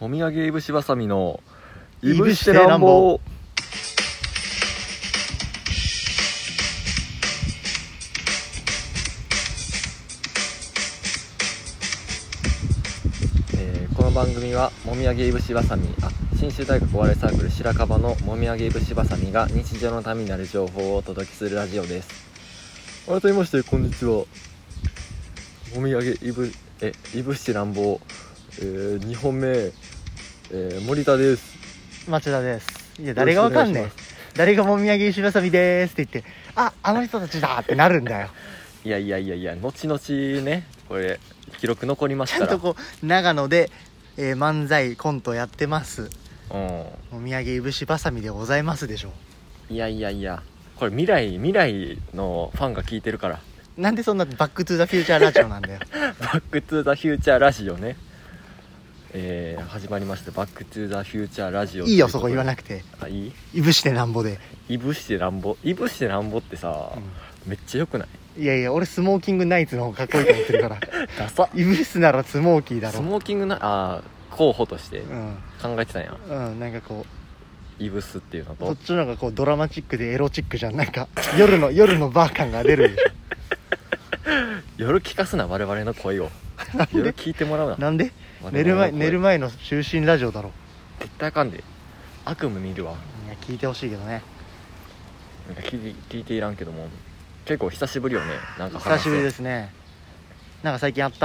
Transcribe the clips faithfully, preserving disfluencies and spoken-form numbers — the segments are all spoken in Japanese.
もみあげいぶしばさみのいぶしてなんぼ。 えーこの番組はもみあげいぶしばさみあ信州大学お笑いサークル白樺のもみあげいぶしばさみが日常のためになる情報をお届けするラジオです。改めましてこんにちは。もみあげいぶえいぶしてなんぼ、えー、にほんめ、えー、森田です。 町田です。いや誰がわかんねえ。誰がもみあげ石ばさみですって言って、あ、あの人たちだってなるんだよ。 いやいやいやいや、後々ね、これ記録残りましたらちゃんとこう長野で、えー、漫才コントやってます。 うんもみあげいぶしばさみでございますでしょ。 いやいやいや、これ未来未来のファンが聞いてるから。 なんでそんなバックトゥザフューチャーラジオなんだよ。 バックトゥザフューチャーラジオね。えー、始まりましたバックトゥザフューチャーラジオ。 いいよそこ言わなくて。 あ、いい？ いぶしてなんぼで。 いぶしてなんぼ。いぶしてなんぼってさ、うん、めっちゃ良くない？ いやいや、俺スモーキングナイツの方がかっこいいと思ってるから。 ダサ。 いぶすならスモーキーだろ。 スモーキングなあ候補としてうん考えてたんや。 うん、なんかこういぶすっていうのとそっちの方がこうドラマチックでエロチックじゃん。なんか夜の夜のバー感が出るでしょ。 夜聞かすな我々の声を。夜聞いてもらうな。 なんで寝る前寝る前の就寝ラジオだろ。 絶対あかんで。悪夢見るわ。 いや聞いてほしいけどね。 なんか聞いて聞いていらんけども結構久しぶりよね。なんか久しぶりですね。なんか最近あった？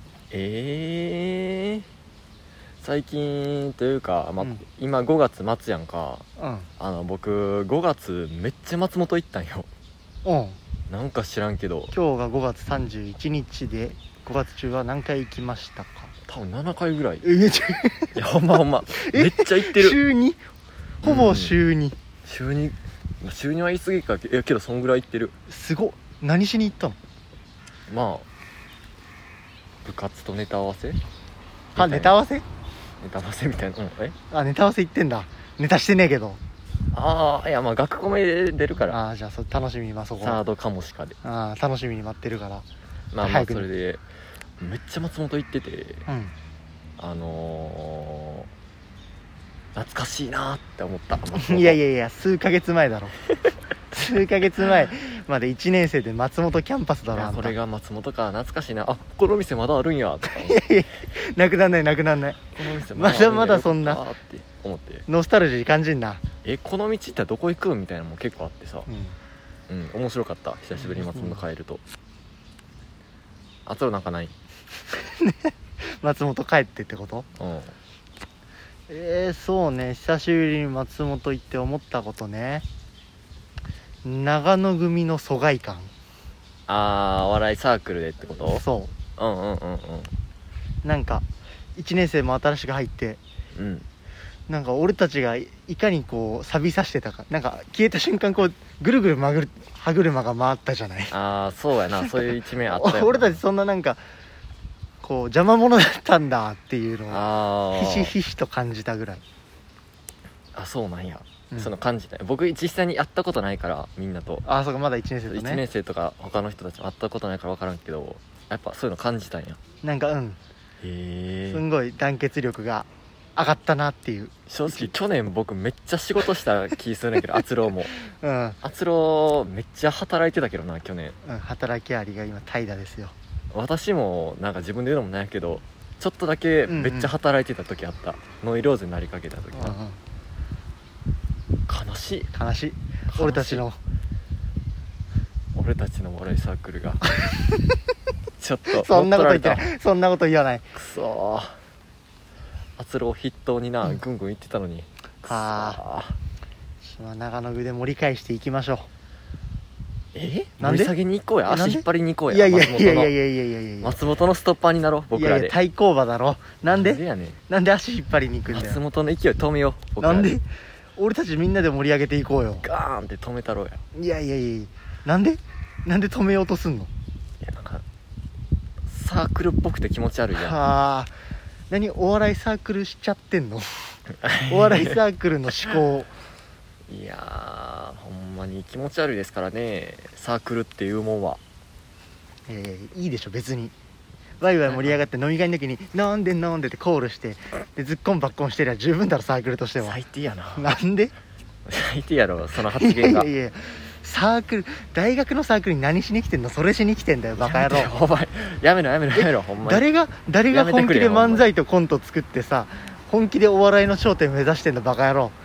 えー、最近というか、まうん、 今ごがつ末やんか。 うんあの僕ごがつめっちゃ松本行ったんよ。 うんなんか知らんけど今日がごがつさんじゅういちにちでごがつ中は何回行きましたか？ 多分ななかいぐらい。 えいやほんまほんまめっちゃ行ってる。 週にほぼ週に、うん、 週に週には言い過ぎかいやけどそんぐらい行ってる。 すごっ。何しに行ったの？ まあ部活とネタ合わせ。 あ、ネタ合わせ？ ネタ合わせみたいな。うん、えあ、ネタ合わせ行ってんだ。ネタしてねえけど。 ああ、いやまあ学校目で出るから。 ああ、じゃあそ楽しみにまそこサードかもしかで。 ああ、楽しみに待ってるから。 まあまあそれでめっちゃ松本行ってて、 うん、 あのー、懐かしいなって思った。 いやいやいや、数ヶ月前だろ。数ヶ月前までいちねん生で松本キャンパスだろ。あんたこれが松本か、懐かしいな。あ、この店まだあるんやとか。 いやいや、なくなんないなくなんない。 この店まだまだそんなって思ってノスタルジー感じんな。 え、この道ってどこ行くみたいなのも結構あってさ、 うん、 うん、面白かった。久しぶりに松本帰ると、うん、あとなんかない松本帰ってってこと？うん。えー、そうね、久しぶりに松本行って思ったことね。長野組の疎外感。 あー、お笑いサークルでってこと？ そう。 うんうんうんうん。なんかいちねん生も新しく入って、 うん、 なんか俺たちがいかにこう錆びさしてたか、なんか消えた瞬間こうぐるぐるまぐる歯車が回ったじゃない。 あー、そうやな。そういう一面あったよ。 俺たちそんななんかこう邪魔者だったんだっていうのをひしひしと感じたぐらい。 あ、そうなんや。 うん、 その感じた。僕実際に会ったことないからみんなと。 あ、そうか、まだいちねん生とね。 いちねん生とか他の人たちも会ったことないから分からんけど、やっぱそういうの感じたんや。 なんかうん。 へえ。 すんごい団結力が上がったなっていう。 正直去年僕めっちゃ仕事した気するんだけど、あつろうも。 うん。 あつろうめっちゃ働いてたけどな去年。 うん、働きありが今怠惰ですよ。 私もなんか自分で言うのもないけど、ちょっとだけめっちゃ働いてた時あった。うんうん、ノイローゼになりかけた時な。うんうん、悲しい悲しい。俺たちの俺たちの笑いサークルがちょっとそんなこと言ってないそんなこと言わない。 くそー、あつろを筆頭にな、うん、ぐんぐん言ってたのに。 ああ、長野組で盛り返していきましょう。 え盛り下げに行こうや。足引っ張りに行こうや。 いやいやいやいやいやいやいやいや、 松本のストッパーになろう僕らで。 いやいや対抗馬だろ。なんでなんでやねん。 なんで足引っ張りに行くんだよ。 松本の勢い止めよう。 なんで俺たちみんなで盛り上げていこうよ。 ガーンって止めたろうや。 いやいやいや、なんでなんで止めようとすんの？ いやなんかサークルっぽくて気持ち悪いやん。 はあ、何お笑いサークルしちゃってんの？お笑いサークルの思考。 いやーほんまに気持ち悪いですからね、サークルっていうもんは。 えー、いいでしょ別に。 ワイワイ盛り上がって飲み会の時に飲んで飲んでってコールしてでずっこんばっこんしてりゃ十分だろサークルとしては。 最低やな。 なんで最低やろその発言が。 いやいやいやサークル大学のサークルに何しに来てんの。それしに来てんだよバカ野郎。 やめてお前やめろやめろやめろほんまに。 誰が誰が本気で漫才とコント作ってさ本気でお笑いの頂点目指してんのバカ野郎。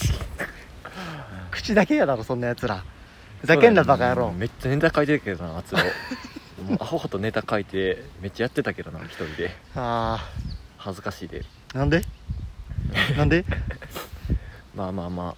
口だけやだろそんなやつら。ふざけんなバカ野郎。 めっちゃネタ書いてるけどなあつろもうアホほとネタ書いてめっちゃやってたけどな一人で。 あ恥ずかしいで。 ーなんでなんでまあまあまあ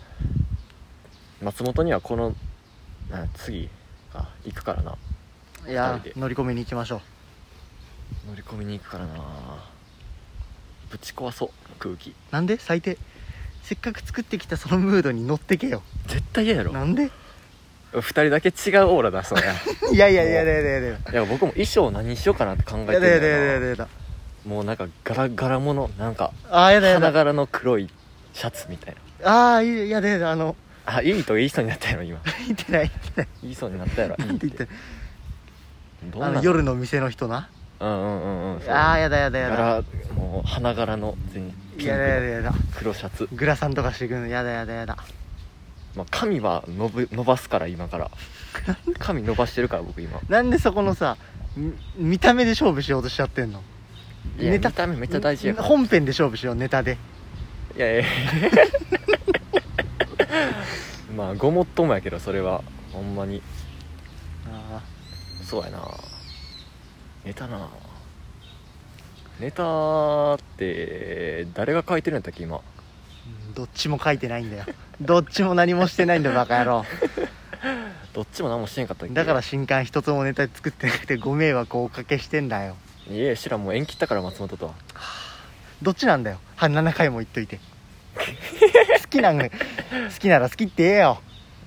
松本にはこのな次あ行くからな。 いや二人で乗り込みに行きましょ乗り込みに行くからな。ぶち壊そう空気。 う。なんで最低。せっかく作ってきたそのムードに乗ってけよ。 絶対嫌やろ。 なんで二人だけ違うオーラ出そうやいやいやいやいやいやいやいいや僕も衣装何しようかなって考えてやだやだるんだよな。 やだやだやだ。 もうなんかガラガラものなんかあーやだやだ。 花柄の黒いシャツみたいああいやだやだ。あのな。あいいと言いそうになったやろ今。 言ってない言ってない。 言いそうになったやろ。 なんて言ってどんなあの夜の店の人な。 うんうんうんうんそうああやだやだやだ。 柄もう花柄の全ピンやだやだクやだ。 の黒シャツ。 グラサンとかしてくんのやだやだやだ。 まあ、髪は伸ぶ伸ばすから今から髪伸ばしてるから僕今。 なんでそこのさみ見た目で勝負しようとしちゃってんの。 いやネタ見た目めっちゃ大事やから。 本編で勝負しようネタで。 いやいやまあごもっともやけどそれはほんまにあそうやな。ネタなネタって誰が書いてるんやったっけ今。 うんどっちも書いてないんだよ。どっちも何もしてないんだよバカ野郎。 どっちも何もしてんかったっけ。 だから新刊一つもネタ作ってなくてご迷惑をおかけしてんだよ。 いや知らんもう縁切ったから松本とは。 どっちなんだよ。はななかいも言っといて好きなん好きなら好きって言えよ。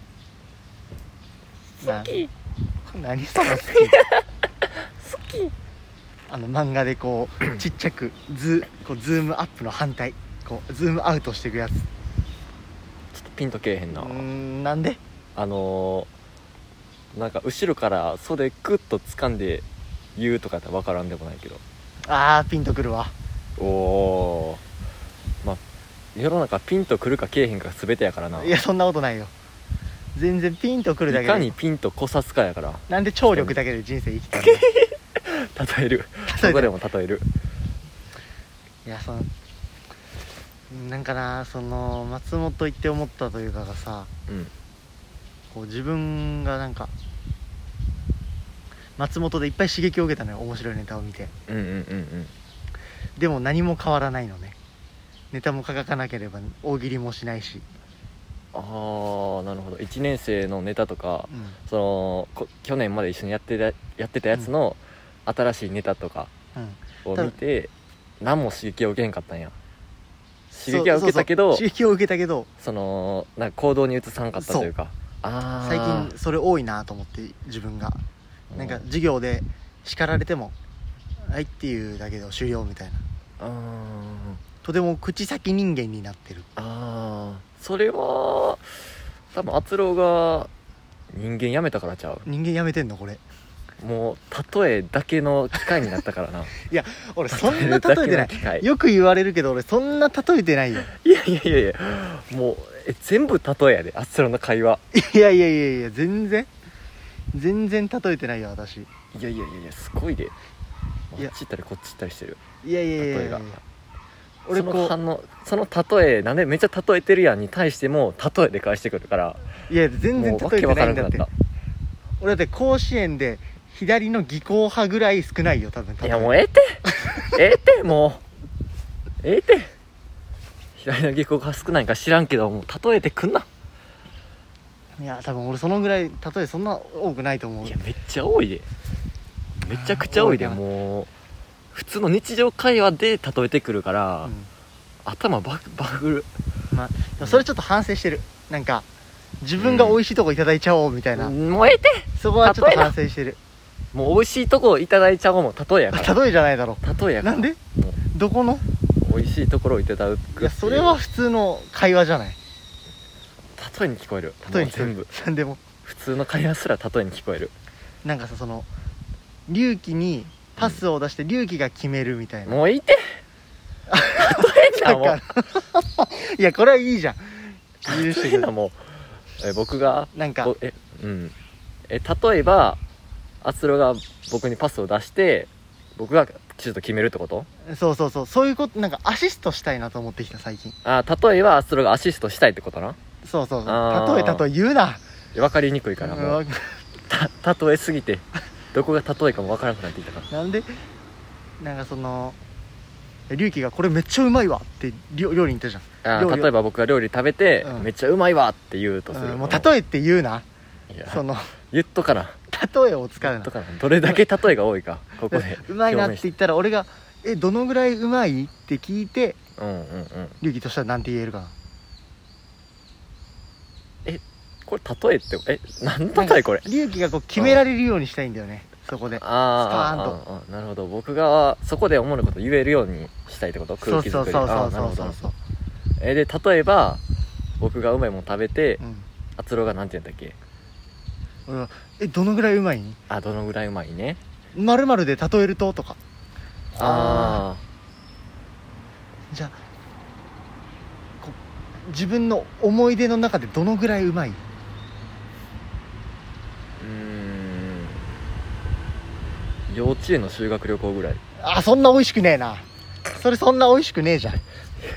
好きな何その好き好き。 あの漫画でこうちっちゃくズこうズームアップの反対こうズームアウトしていくやつ。 ちょっとピンとけえへんな。 うーんなんであのー、なんか後ろから袖クッと掴んで言うとかやったら分からんでもないけど。 あーピンとくるわ。 おおまあ世の中ピンとくるかけえへんかが全てやからな。 いやそんなことないよ。全然ピンとくるだけでいかにピンとこさすかやから。 なんで聴力だけで人生生きてるの例える例えそてこでも例える。 いやそのなんかなその松本行って思ったというかがさうんこう自分がなんか松本でいっぱい刺激を受けたのよ面白いネタを見て。 うんうんうんうんでも何も変わらないのね。ネタも書かなければ大喜利もしないし、 ああなるほど。いちねん生のネタとかうんそのこ去年まで一緒にやってたやってたやつの新しいネタとかうん、 を見て何も刺激を受けへんかったんや。刺激は受けたけどそうそうそう刺激を受けたけどそのなんか行動に移さんかったというか。ああ最近それ多いなと思って自分がなんか授業で叱られてもはいっていうだけで終了みたいなうんとても口先人間になってる。 ああそれは多分篤郎が人間やめたからちゃう。 人間やめてんのこれ。 もう例えだけの機械になったからな。 いや俺そんな例えてな例えるだけの機械い。よく言われるけど俺そんな例えてないよ。 いやいやいやいやもうえ全部例えやで篤郎の会話。 いやいやいやいや全然全然例えてないよ私。 いやいやいやいやすごいで。 いやあっち行ったりこっち行ったりしてるいやいやいやいや例えが。 俺こその反応その例えなんでめっちゃ例えてるやんに対しても例えで返してくるからういや全然もう例えてわけわないんだって。 からなくなっ俺だって甲子園で左の技巧派ぐらい少ないよ多分。 た。いやもうええてええてもうええて左の下校が少ないんか知らんけどもう例えてくんな。 いや多分俺そのぐらい例えそんな多くないと思う。 いやめっちゃ多いでめちゃくちゃ多いで。 多いなもう普通の日常会話で例えてくるから、 うん頭バグバグる。 まあ、でもそれちょっと反省してる。なんか自分が美味しいとこいただいちゃおうみたいな、 もうええてそこはちょっと反省してる。 もう美味しいとこいただいちゃおうも例えやから例えじゃないだろ例えやからなんでもどこのう美味しいところをいただくっていういやそれは普通の会話じゃない。 例えに聞こえる。 例えにもう全部なんでも普通の会話すら例えに聞こえる。 なんかさその隆起にパスを出して龍騎が決めるみたいな。 もういいて例えなもういやこれはいいじゃん。許してくれ例えなもうえ僕がなんかぼえうんえ例えばアツロが僕にパスを出して僕がシュート決めるってこと？ そうそうそうそういうこと。なんかアシストしたいなと思ってきた最近。 あ例えばアツロがアシストしたいってことな。 そうそうそう。 あー例え例え言うな。 分かりにくいからもううんた例えすぎてどこが例えかも分からなくなってきたからなんでなんかその龍騎がこれめっちゃうまいわって料料理に言ったじゃん。 あ料理例えば僕が料理食べて、 うんめっちゃうまいわって言うとする、 うんもう例えって言うな。 いやその言っとかな例えを使うな言っと。かなどれだけ例えが多いかここでうまいなって表明し言ったら俺がえどのぐらいうまいって聞いてうんうんうん龍騎としたらなんて言えるかな。 これ例えってえ何の例えこれ龍騎がこう決められるようにしたいんだよね。そこであーあーあーあーなるほど僕がそこで思うこと言えるようにしたいってことそう空気そうそうそう作りあーなるそうそうほどえで例えば僕がうまいもん食べてうんあつろがなんて言うんだっけ俺はえどのぐらいうまいあどのぐらいうまいねまるまるで例えるととか。 あじゃあこう自分の思い出の中でどのぐらいうまい。 ーうーん幼稚園の修学旅行ぐらいあそんな美味しくねえな。それそんな美味しくねえじゃん。う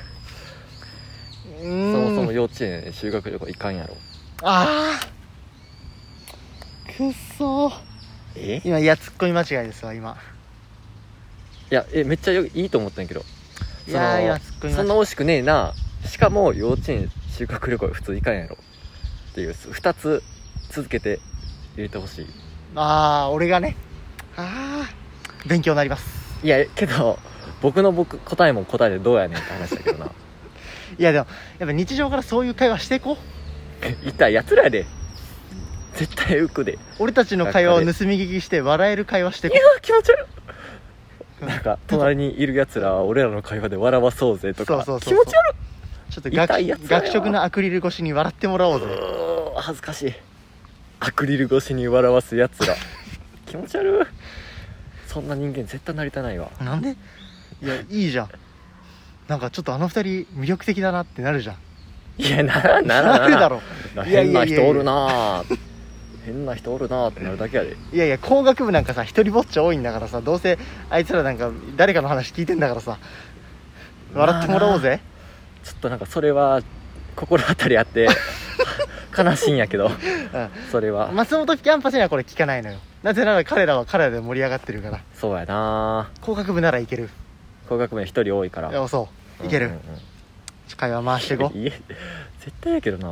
そーんもそも幼稚園修学旅行行かんやろあーくっそー。 え今いやツッコミ間違いですわ今。 いやえめっちゃよいいと思ったんやけどいやそのいやツッコミ間違い。 そんな美味しくねえなしかも幼稚園修学旅行普通行かんやろっていうふたつ続けて入れてほしいああ俺がねああ勉強になります。 いやけど僕の僕答えも答えでどうやねんって話だけどないやでもやっぱ日常からそういう会話していこう。 痛いやつらやで絶対浮くでい俺たちの会話を盗み聞きして笑える会話していこや気持ち悪いなんか隣にいるやつらは俺らの会話で笑わそうぜとかそうそうそう気持ち悪う。ちょっと痛学いやつだよ学食のアクリル越しに笑ってもらおうぜ。 いうー恥ずかしいアクリル越しに笑わすやつら気持ち悪いそんな人間絶対なりたないわなんでいやいいじゃん。なんかちょっとあの二人魅力的だなってなるじゃん。 いやならならならなるだろ。いやい変やいやいやな人おるなぁ変な人おるなーってなるだけやでいやいや工学部なんかさ一人ぼっち多いんだからさどうせあいつらなんか誰かの話聞いてんだからさ笑ってもらおうぜ。 ちょっとなんかそれは心当たりあって悲しいんやけどうんそれは松本キャンパスにはこれ聞かないのよ。なぜなら彼らは彼らで盛り上がってるから。 そうやな工学部ならいける。 工学部一人多いからいやそういける、 うんうんうん会話回していこう。 いえ絶対やけどな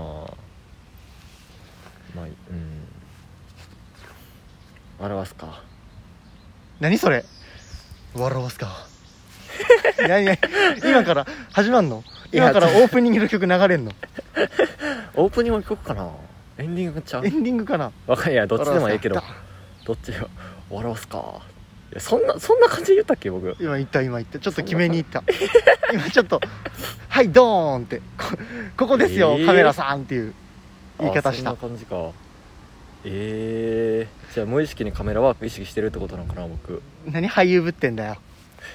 まあうん笑わすか何それ笑わすか何何今から始まんの。 いや今からオープニングの曲流れんの。 オープニング曲かなエンディングちゃうエンディングかな。 わかんないどっちでもいいけど笑わどっちよ笑わすかいやそんなそんな感じで言ったっけ僕今言った今言ったちょっと決めに行った今ちょっとはいドーンって こ, ここですよ、 えーカメラさんっていう言い方した。 あそんな感じかえー、じゃあ無意識にカメラワーク意識してるってことなのかな僕何俳優ぶってんだよ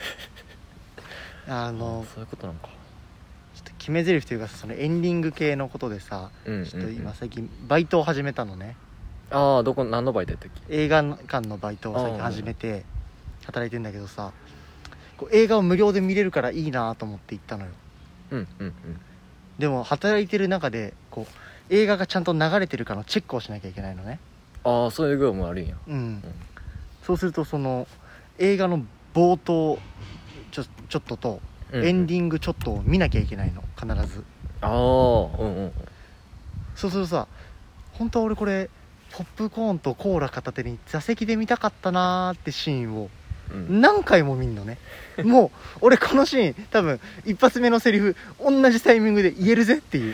あのそういうことなのかちょっと決め台詞というかそのエンディング系のことでさ、 うんうんうんちょっと今最近バイトを始めたのね。 ああどこ何のバイトやったっけ映画館のバイトを最近始めて働いてんだけどさ、こう映画を無料で見れるからいいなと思って行ったのよ。 うんうんうんでも働いてる中でこう映画がちゃんと流れてるかのチェックをしなきゃいけないのね。 ああそういう業務あるんやうん、そうするとその映画の冒頭ちょちょっととうんうんエンディングちょっとを見なきゃいけないの必ず。 ああうんうんそうするとさ本当は俺これポップコーンとコーラ片手に座席で見たかったなーってシーンをうん何回も見んのねもう俺このシーン多分一発目のセリフ同じタイミングで言えるぜっていう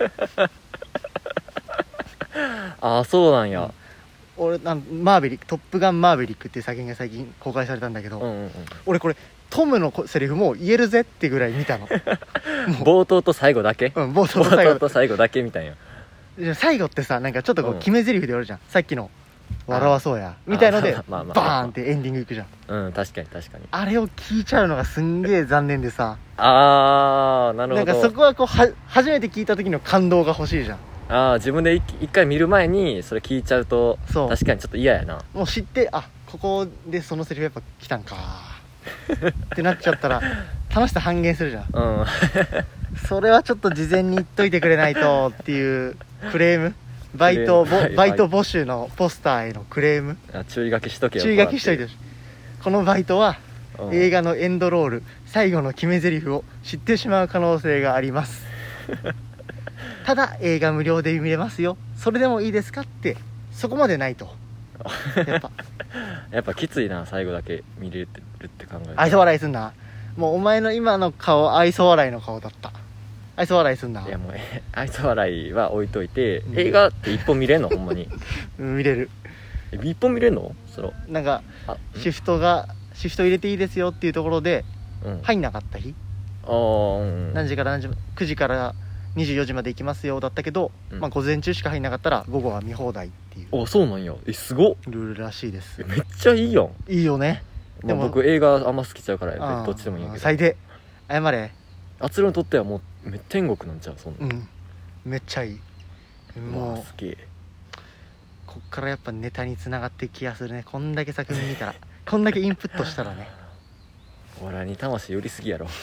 ああそうなんや俺なんマーヴェリックトップガンマーヴェリックっていう作品が最近公開されたんだけど、 うんうんうん俺これトムのセリフも言えるぜってぐらい見たの冒頭と最後だけうん冒頭冒と最後頭と最後だけみたいなで最後ってさなんかちょっとこううん決め台詞で言われるじゃん、さっきの笑わそうやみたいのでまあまあまあバーンってエンディングいくじゃん。 うん確かに確かに。 あれを聞いちゃうのがすんげえ残念でさ、 ああなるほど。 なんかそこはこうは初めて聞いた時の感動が欲しいじゃん。 ああ自分で一一回見る前にそれ聞いちゃうとそう確かにちょっと嫌やな。 もう知って、あここでそのセリフやっぱ来たんかってなっちゃったら楽しさ半減するじゃん。 うんそれはちょっと事前に言っといてくれないとっていうクレーム、バイトクレームボバイト募集のポスターへのクレーム、 あ注意書きしとけよ。 注意書きしといてほしい。このバイトはうん映画のエンドロール最後の決め台詞を知ってしまう可能性がありますただ映画無料で見れますよ、それでもいいですかって、そこまでないとやっぱやっぱきついな最後だけ見れるって考える。 愛想笑いすんな。もうお前の今の顔愛想笑いの顔だった。愛想笑いすんな。 いやもうえ愛想笑いは置いといて、 うん映画って一本見れんのほんまにうん見れる。 え一本見れんのそのなんかあシフトがシフト入れていいですよっていうところでうん入んなかった日、 あーうんうん何時から何時くじからにじゅうよじまで行きますよだったけど、 うんまあ、午前中しか入んなかったら午後は見放題っていうあそうなんや。えすごっ。 ルールらしいですえ。めっちゃいいやん。 いいよね。 まあ、 でも僕映画あんま好きちゃうからあーどっちでもいいんやけど、 最低謝れ。 あつろにとってはもうめ天国なんちゃうそんな、 うんめっちゃいい。 まもうあすげえ。 こっからやっぱネタにつながっていく気がするね。こんだけ作品見たらこんだけインプットしたらねお笑いに魂寄りすぎやろ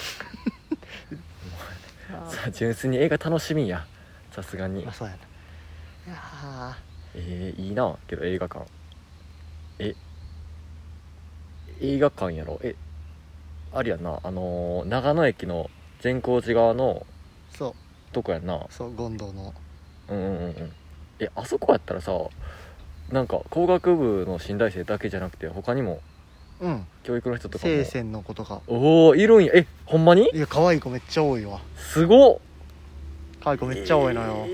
さ純粋に映画楽しみやさすがにまあ。そうやな。いやえー、いいなけど映画館え映画館やろ。えあれやんなあのー、長野駅の善光寺側のーそうとこやんな。 そう権堂のうんうんうんうん。えあそこやったらさなんか工学部の新大生だけじゃなくて他にもうん教育の人とかも聖戦の子とか。 おおいるんや。えほんまにいや可愛い子めっちゃ多いわ。 すごっ。 可愛い子めっちゃ多いのよ。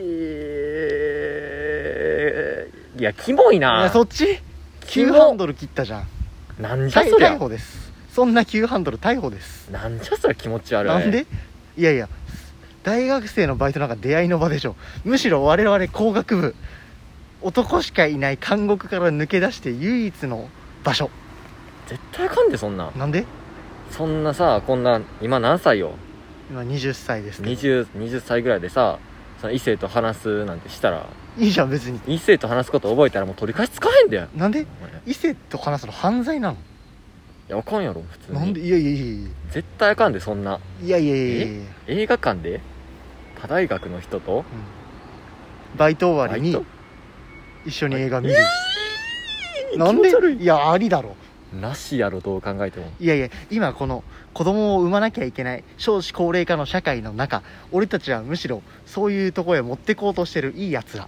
えー、いやキモいいな。 やそっちキモ急ハンドル切ったじゃん。 なんじゃ逮そりゃ逮捕です。そんな急ハンドル逮捕です。 なんじゃそりゃ気持ち悪い。 なんで。いやいや大学生のバイトなんか出会いの場でしょ。むしろ我々工学部男しかいない監獄から抜け出して唯一の場所。 絶対あかんでそんななんで。 そんなさこんな今何歳よ今はたちですけど。 にじゅう, にじゅっさいぐらいでさその異性と話すなんてしたらいいじゃん別に。 異性と話すこと覚えたらもう取り返しつかへんだよ。 なんで異性と話すの犯罪なの。 いやあかんやろ普通に。 なんで。いやいやいやいや絶対あかんでそんないやいやいやいやいや、 映画館で他大学の人とうんバイト終わりにバイト一緒に映画見る。 えーなんで気持ち悪いいやありだろ。 なしやろどう考えても。 いやいや今この子供を産まなきゃいけない少子高齢化の社会の中、俺たちはむしろそういうとこへ持ってこうとしてるいいやつら。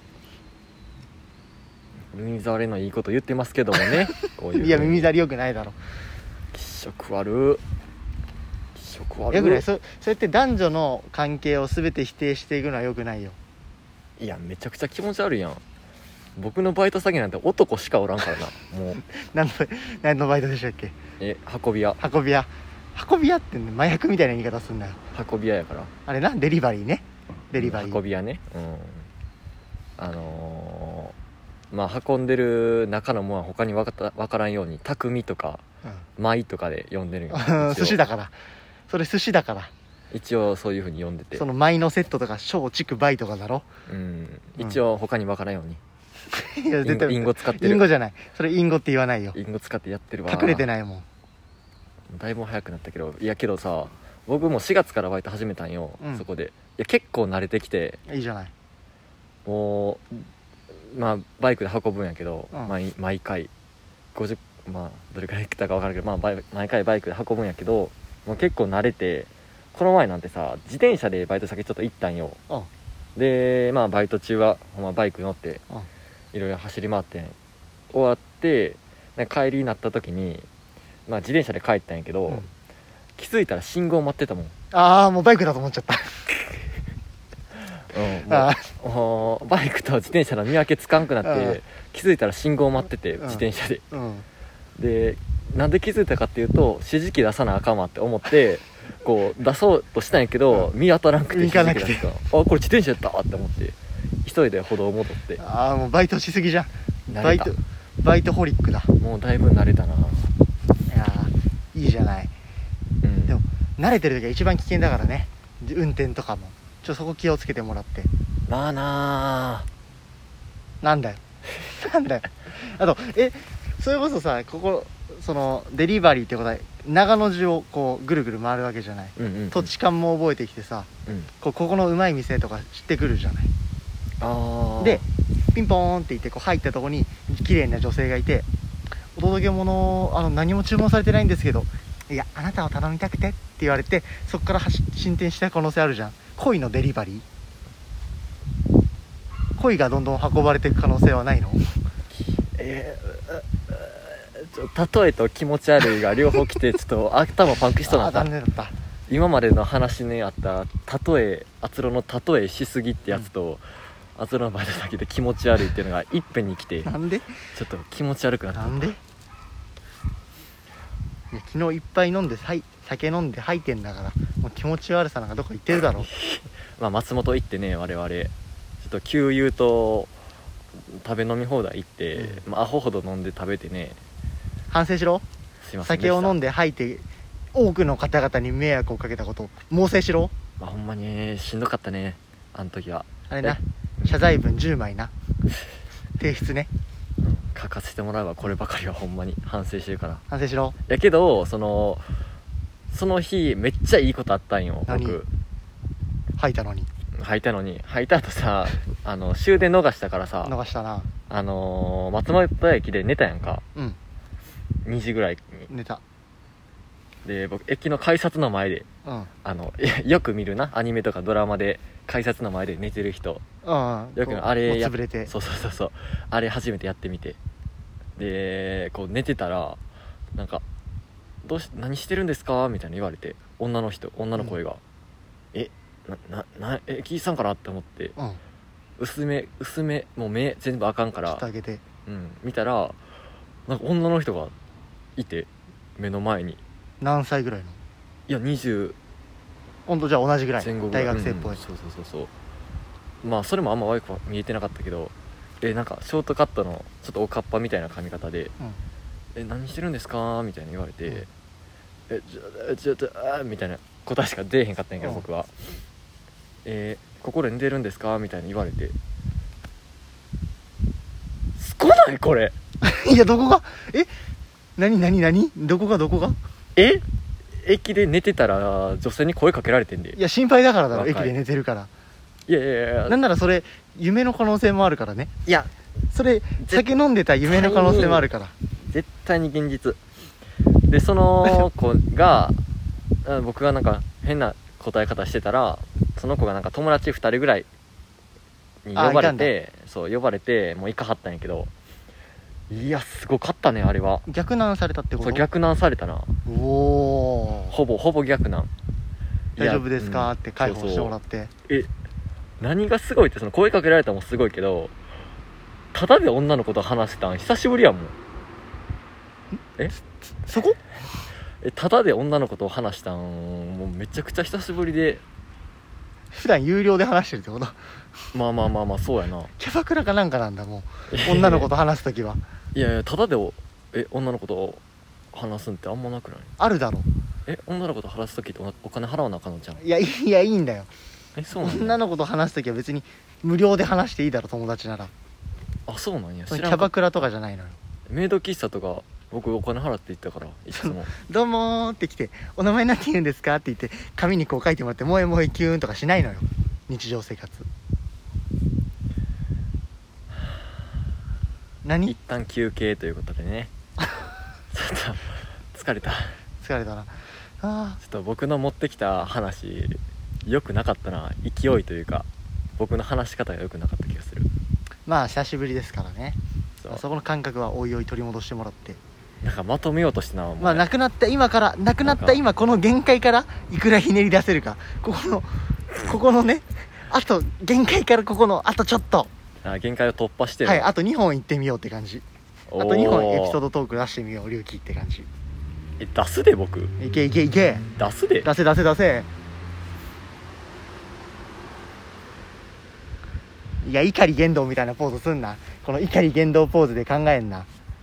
耳障りのいいこと言ってますけどもねこういういや耳障りよくないだろ。 気色悪気色悪よくない。そそうやって男女の関係を全て否定していくのはよくないよ。 いやめちゃくちゃ気持ち悪いやん。僕のバイト先なんて男しかおらんからなもう何の何のバイトでしたっけ。 え運び屋運び屋。運び屋ってね麻薬みたいな言い方すんだよ。 運び屋やからあれなデリバリーね。デリバリー。 運び屋ねうんあのー、まあ運んでる中のもんは他に分かった分からんように匠とか舞とかで呼んでるんようん、 一応寿司だから。それ寿司だから。 一応そういう風に呼んでてその舞のセットとか小畜梅とかだろ。 うん一応他に分からんようにいや絶対インゴ使ってるインゴじゃない。それインゴって言わないよ。 インゴ使ってやってるわ。 隠れてないもん。 だいぶ早くなったけどいやけどさ僕もしがつからバイト始めたんよ、 うんそこでいや結構慣れてきていいじゃない。 もうまあバイクで運ぶんやけど、 うん毎毎回ごじゅうまあどれくらい来たか分からんけど、まあ、バイ毎回バイクで運ぶんやけどもう結構慣れてこの前なんてさ自転車でバイト先ちょっと行ったんよ。 うんでまあバイト中はほんまバイク乗ってうんいろいろ走り回ってん終わってなんか帰りになった時に、まあ、自転車で帰ったんやけど、 うん気づいたら信号待ってたもん。 ああもうバイクだと思っちゃった。 うん、もあうもうバイクと自転車の見分けつかんくなって、 うん気づいたら信号待っててうん自転車で、 ーうんでなんで気づいたかっていうと指示器出さなあかんわって思ってこう出そうとしたんやけど、見当たらんくて見かなくて指示器出すからあこれ自転車やったって思って急いで歩道戻ってああもうバイトしすぎじゃん。 慣れたバイトバイトホリックだ。 もうだいぶ慣れたな。 いやーいいじゃない。 うん。 でも慣れてる時が一番危険だからね、運転とかも。ちょっとそこ気をつけてもらって。 まあなーなんだよなんだよ。あとえそれこそさ、ここそのデリバリーってことは長野中をこうぐるぐる回るわけじゃない、 うんうんうん、 土地勘も覚えてきてさ、 うん、 こうここのうまい店とか知ってくるじゃない。 あでピンポーンって言ってこう入ったとこに綺麗な女性がいて、お届け物あの何も注文されてないんですけど、いやあなたを頼みたくてって言われて、そこから進展した可能性あるじゃん。恋のデリバリー、恋がどんどん運ばれていく可能性はないの？ えー、ちょ例えと気持ち悪いが両方来てちょっと頭パンクしそうになった。 あ残念だった。 今までの話にあった例え、あつろの例えしすぎってやつと、うん、あつろのバイト先で気持ち悪いっていうのがいっぺんに来てなんでちょっと気持ち悪くなった。 なんで？いや昨日いっぱい飲んで、はい、酒飲んで吐いてんだから、もう気持ち悪さなんかどこ行ってるだろまあ松本行ってね、我々ちょっと給油と食べ飲み放題行って、うん、まあ、アホほど飲んで食べてね。 反省しろ。 すいません。 酒を飲んで吐いて多くの方々に迷惑をかけたことを猛省しろ。 まあ、ほんまにしんどかったね、あの時は。 あれな、謝罪文じゅうまいな提出ね、 うん、書かせてもらうわ。こればかりはほんまに反省してるから。 反省しろ。 やけどそのその日めっちゃいいことあったんよ。僕吐いたのに吐いたのに吐いた後さあの終電逃したからさ、 逃したな。 あのー、松本駅で寝たやんか。 うん、 にじぐらいに寝た。 で僕駅の改札の前で、 うん、 あのよく見るな、アニメとかドラマで改札の前で寝てる人、 うん、 よくあれや潰れて、 そうそうそうそう、あれ初めてやってみて、でこう寝てたらなんかどうし何してるんですかみたいな言われて、女の人女の声が、うん、えなななえキーさんかなって思って、うん、薄め薄めもう目全部あかんからちょっと上げて、 うん、見たらなんか女の人がいて目の前に。 何歳ぐらいの？ いやにじゅう、 ほんとじゃあ同じぐらい、 前後ぐらい、 大学生っぽい、 うん、そうそうそうそう。まあそれもあんま悪くは見えてなかったけど、えなんかショートカットのちょっとおかっぱみたいな髪型で、うん、え何してるんですかみたいに言われて、うん、えちょちょっとあみたいな答えしか出えへんかったんやけど、うん、僕はえー、心に出るんですかみたいに言われて、すごないこれいやどこがえ何何何どこがどこがえ駅で寝てたら女性に声かけられてんで。 いや心配だからだろ、駅で寝てるから。 いやいやいや、 なんならそれ夢の可能性もあるからね。 いやそれ酒飲んでた夢の可能性もあるから。 絶対に現実で、その子が僕がなんか変な答え方してたら、その子がなんか友達ふたりぐらいに呼ばれて、そう呼ばれてもう行かはったんやけど、いやすごかったねあれは。 逆難されたってこと？ そう逆難されたな。 おお、 ほぼほぼ逆難。 大丈夫ですか、うん、って介抱してもらって。 そうそう、え何がすごいって、その声かけられたのもすごいけど、ただで女の子と話したん久しぶりやもん。えそこえただで女の子と話したんもうめちゃくちゃ久しぶりで。 普段有料で話してるってこと？ まあまあまあまあそうやな。 キャバクラかなんかなんだもう女の子と話すときは。 いやいやただでえ女の子と話すんってあんまなくない？ あるだろ。 え女の子と話すときってお金払わなあかんのじゃん。 いやいやいいんだよ。 えそうなんだ。 女の子と話すときは別に無料で話していいだろ、友達なら。 あそうなんや。 キャバクラとかじゃないのよ。 メイド喫茶とか僕お金払って行ったからいつもどうもーって来て、お名前なんて言うんですかって言って紙にこう書いてもらって、もえもえキューンとかしないのよ、日常生活。何？ 一旦休憩ということでねちょっと疲れた疲れたなあ。 ちょっと僕の持ってきた話良くなかったな。勢いというか僕の話し方が良くなかった気がする。 まあ久しぶりですからね。 そ, うそこの感覚はおいおい取り戻してもらって、 なんかまとめようとしてな。 まあなくなった今からなくなった今この限界からいくらひねり出せるか、ここのここのね、あと限界からここのあとちょっと、 あ限界を突破してる。 はい、あとにほんいってみようって感じ。あとにほんエピソードトーク出してみよう龍騎って感じ。 え出すで僕。 いけいけいけ。 出すで。 出せ出せ出せ。いや怒り言動みたいなポーズすんな。この怒り言動ポーズで考えんな。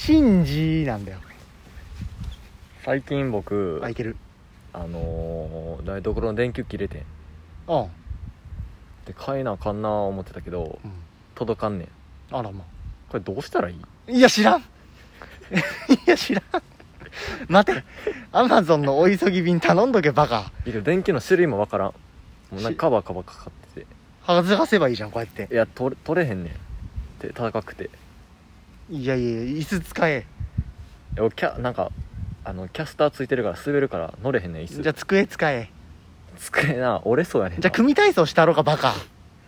信じなんだよ。 最近僕あ、いける。 あのー、台所の電球切れてんうんで買えなあかんな思ってたけどうん。 届かんねん。 あらま。 これどうしたらいい？ いや知らんいや知らん待て、アマゾンのお急ぎ便頼んどけバカ。 いや電球の種類もわからん。もうなんかカバーカバーかかってて、 外せばいいじゃんこうやって。 いや取れ取れへんねんって高くて。 いやいや椅子使え。 いやキャなんかあのキャスターついてるから滑るから乗れへんねん椅子。 じゃあ机使え。 机な折れそうやねんな。 じゃあ組体操したろかバカ。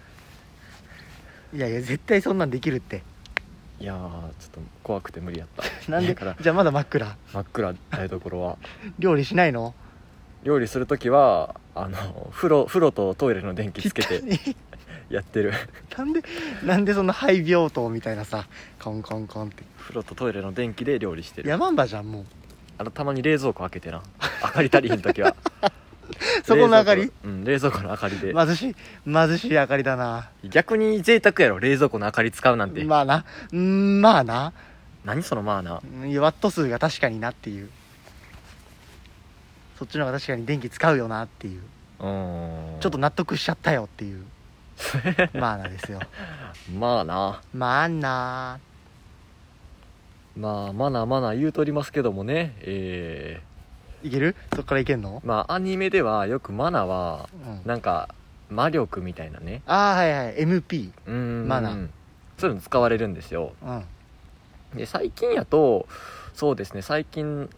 いやいや絶対そんなんできるって。 いやーちょっと怖くて無理やったなんでだからじゃあまだ真っ暗。 真っ暗台所は。 料理しないの？ 料理するときはあの風呂風呂とトイレの電気つけてやってるなんでなんでそんな肺病棟みたいなさコンコンコンって風呂とトイレの電気で料理してる。 ヤマンバじゃんもう。 あのたまに冷蔵庫開けてな明かり足りひんときはそこの明かり冷蔵庫うん冷蔵庫の明かりで、 貧しい貧しい明かりだな。 逆に贅沢やろ冷蔵庫の明かり使うなんて、 まあな、うんまあな、 何そのまあな。 いやワット数が確かになっていう。そっちの方が確かに電気使うよなっていう。 うーんちょっと納得しちゃったよっていうまあなですよ。 まあなまあなまあマナーマナー言うとりますけどもね、えいける？そっからいけんの？ ー、まあアニメではよくマナーはうん、 なんか魔力みたいなね、 ああはいはい エムピうーんマナーそういうの使われるんですよ。 ー。うんで最近やとそうですね最近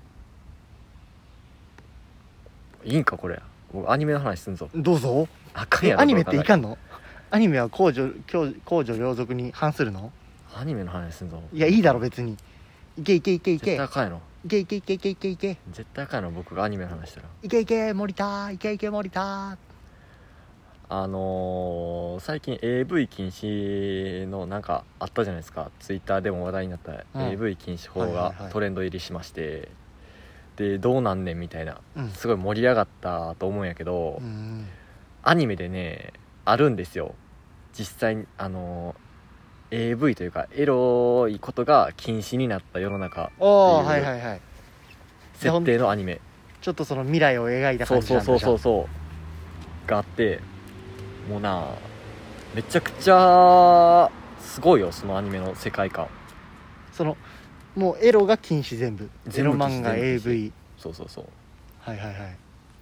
いいんかこれ僕アニメの話すんぞ。 どうぞ。 あかんやろえアニメっていかん。 んの？アニメは公序公公序良俗に反するの？ アニメの話すんぞ。 いやいいだろ別に。いけいけいけい絶け対あかんやろ。 いけいけいけいけいけいけ絶対あかんやろ僕がアニメの話したら。 いけいけ森田いけいけ森田。 あのー、最近 エーブイ 禁止のなんかあったじゃないですか。ツイッターでも話題になった、 うんエーブイ 禁止法はいはいはいがトレンド入りしまして、でどうなんねんみたいなうんすごい盛り上がったと思うんやけど、 うんアニメでねあるんですよ実際に。あのー、エーブイ というかエロいことが禁止になった世の中おおっていうはいはいはい。 設定のアニメ。 ちょっとその未来を描いたそう感じなんだ。 そうそうそうそうがあって、もうなめちゃくちゃすごいよそのアニメの世界観。 そのもうエロが禁止全部。 全部エロ漫画全部禁止エーブイ。 そうそうそう。 はいはいはい。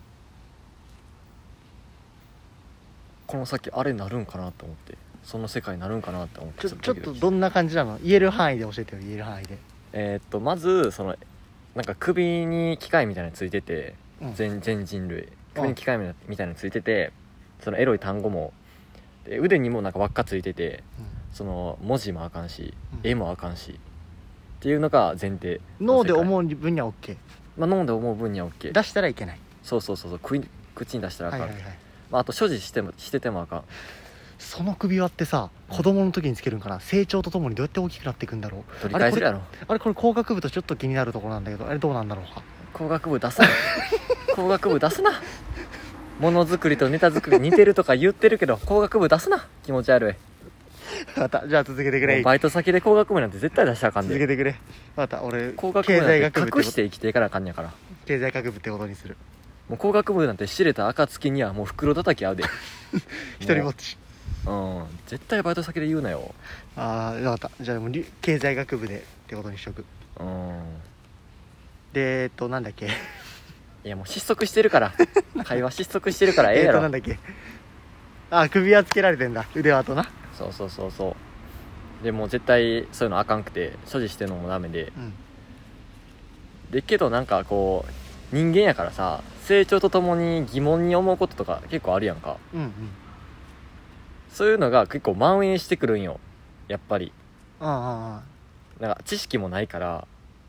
この先あれなるんかなと思って、その世界になるんかなと思ってちょちょっとドキドキどんな感じなの？言える範囲で教えてよ。言える範囲で。 えーっとまずそのなんか首に機械みたいなのついてて、 うん全全人類首に機械みたいなのついてて、そのエロい単語もで腕にもなんか輪っかついてて、その文字もあかんし、 うん絵もあかんしっていうのが前提。 脳でう、 思う分には OK。 まあ、脳で思う分には OK。 出したらいけない。 そうそうそうそう口口に出したらあかん、 はいはいはい。 まあ、あと所持してもしててもあかん。 その首輪ってさ、 うん子供の時につけるんかな。成長とともにどうやって大きくなっていくんだろう。 取り返せるやろ。 あれこれ工学部とちょっと気になるところなんだけど、あれどうなんだろうか。 工学部出すな工学部出すな。ものづくりとネタ作り似てるとか言ってるけど工学部出すな。気持ち悪い。 またじゃあ続けてくれ。 もうバイト先で工学部なんて絶対出したらあかんで。 続けてくれ。また俺工学部経済なんて学部って隠して生きていかなあかんやから。 経済学部ってことにする。 もう工学部なんて知れた暁にはもう袋叩き合うで一人ぼっち。 うん絶対バイト先で言うなよ。 ああ分かった。じゃあでもり経済学部でってことにしとく。 うんでえっとなんだっけ。 いやもう失速してるから会話失速してるからえええやろ。 っとなんだっけ。あ首輪つけられてんだ。腕輪とな。 そうそうそうそうでもう絶対そういうのあかんくて所持してるのもダメで、 うんでけどなんかこう人間やからさ成長とともに疑問に思うこととか結構あるやんか。 うんうんそういうのが結構蔓延してくるんよやっぱり。 ああああなんか知識もないから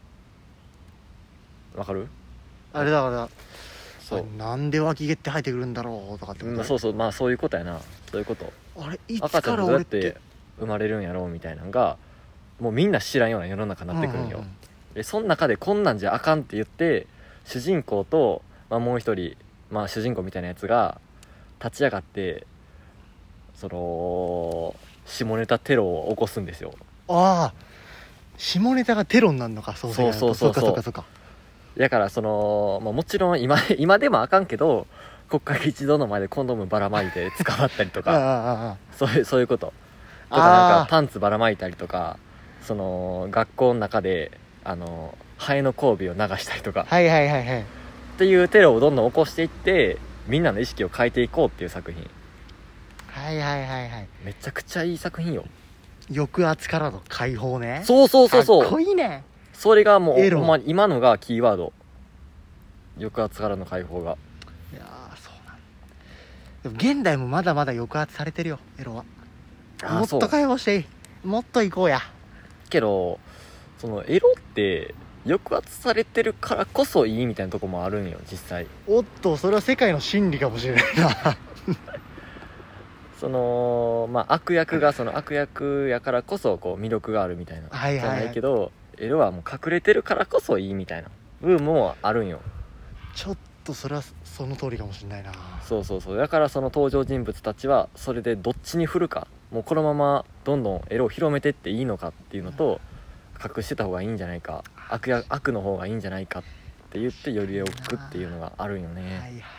わかる。 あれだからそうあなんで脇毛って生えてくるんだろうとかってこと、 うんそうそうまあそういうことやな。そういうことあれいつ赤ちゃんから俺っどうやってて生まれるんやろうみたいなのがもうみんな知らんような世の中になってくるんよ、 うんうんうんでその中でこんなんじゃあかんって言って主人公と、まあ、もう一人、まあ、主人公みたいなやつが立ち上がってその下ネタテロを起こすんですよ。 ああ下ネタがテロになるのか。そうそうそうそうそうそうかそうかだからその、まあ、もちろん今今でもあかんけど国会議事堂の前でコンドームばらまいて捕まったりとそうかかあああそういうそういうこととかなんあかパンツばらまいたりとかその学校の中であのハエの交尾を流したりとかはいはいはいはいっていうテロをどんどん起こしていってみんなの意識を変えていこうっていう作品はいはいはいはいめちゃくちゃいい作品よ。 抑圧からの解放ね。 そうそうそうそかっこういいね。 それがもエロうほんまに今のがキーワード抑圧からの解放がいやーそうなんでも現代もまだまだ抑圧されてるよエロは。もっとあーそう解放していい。もっと行こうや。 けどそのエロって抑圧されてるからこそいいみたいなとこもあるんよ実際。 おっとそれは世界の真理かもしれないなそのまあ悪役がその悪役やからこそこう魅力があるみたいなはいはいはいじゃないけどエロはもう隠れてるからこそいいみたいな部分もあるんよ。 ちょっとそれはその通りかもしれないな。 そうそうそうだからその登場人物たちはそれでどっちに振るかもうこのままどんどんエロを広めてっていいのかっていうのと隠してた方がいいんじゃないか悪や悪の方がいいんじゃないかって言ってよりを置くっていうのがあるんよね。 はいはいはいはいはい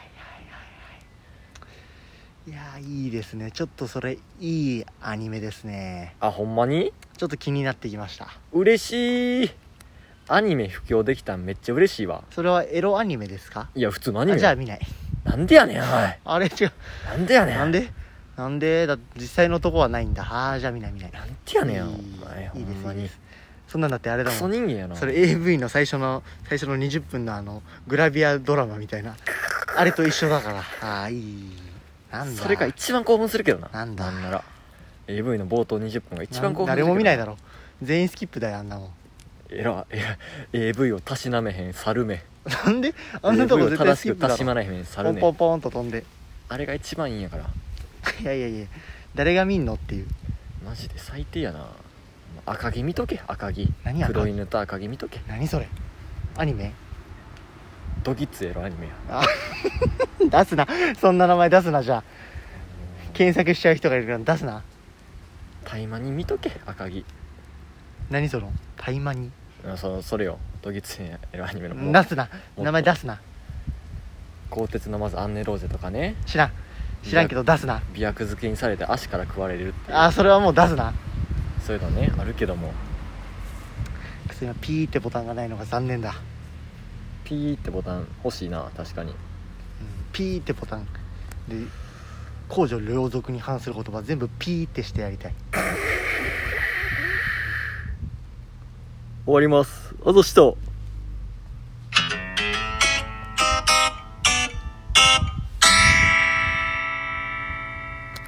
いやーいいですね。ちょっとそれいいアニメですね。 あほんまにちょっと気になってきました。 嬉しい。アニメ布教できたんめっちゃ嬉しいわ。 それはエロアニメですか？ いや普通のアニメあじゃあ見ない。 なんでやねんおいあれ違う。 なんでやねんなんでなんでだ実際のとこはないんだ。あーじゃあ見ない見ない。 なんでやねんおいい前ほいいですんまにいいです。そんなんだってあれだクソもん。 人間やな。 それ エーブイ の最初の最初のにじゅっぷんのあのグラビアドラマみたいなあれと一緒だから。ああいい。なんだそれが一番興奮するけどな。 なんだなら エーブイ の冒頭にじゅっぷんが一番興奮するけど誰も見ないだろ。全員スキップだよあんなもん。 えらえ エーブイ をたしなめへん猿めなんであんなとこエーブイ を絶対正しくスキップだろ。 たしまらへん猿めポンポンポンと飛んであれが一番いいんやからいやいやいや誰が見んのっていう。 マジで最低やな。赤城見とけ赤城何赤城黒犬と赤城見とけ何それアニメドキッズエロアニメや。 あ出すなそんな名前出すな。じゃあ検索しちゃう人がいるから出すな。 タイマに見とけ赤城何そのタイマニあそそれよドキッズエロアニメのもう出すなっと名前出すな。 鋼鉄のまずアンネローゼとかね知らん知らんけど出すな。 美薬漬けにされて足から食われるっていうあそれはもう出すな。 そういうのねあるけどもくそ今ピーってボタンがないのが残念だ。 ピーってボタン欲しいな確かに。 うんピーってボタンで公序良俗に反する言葉全部ピーってしてやりたい。 終わります。あざした。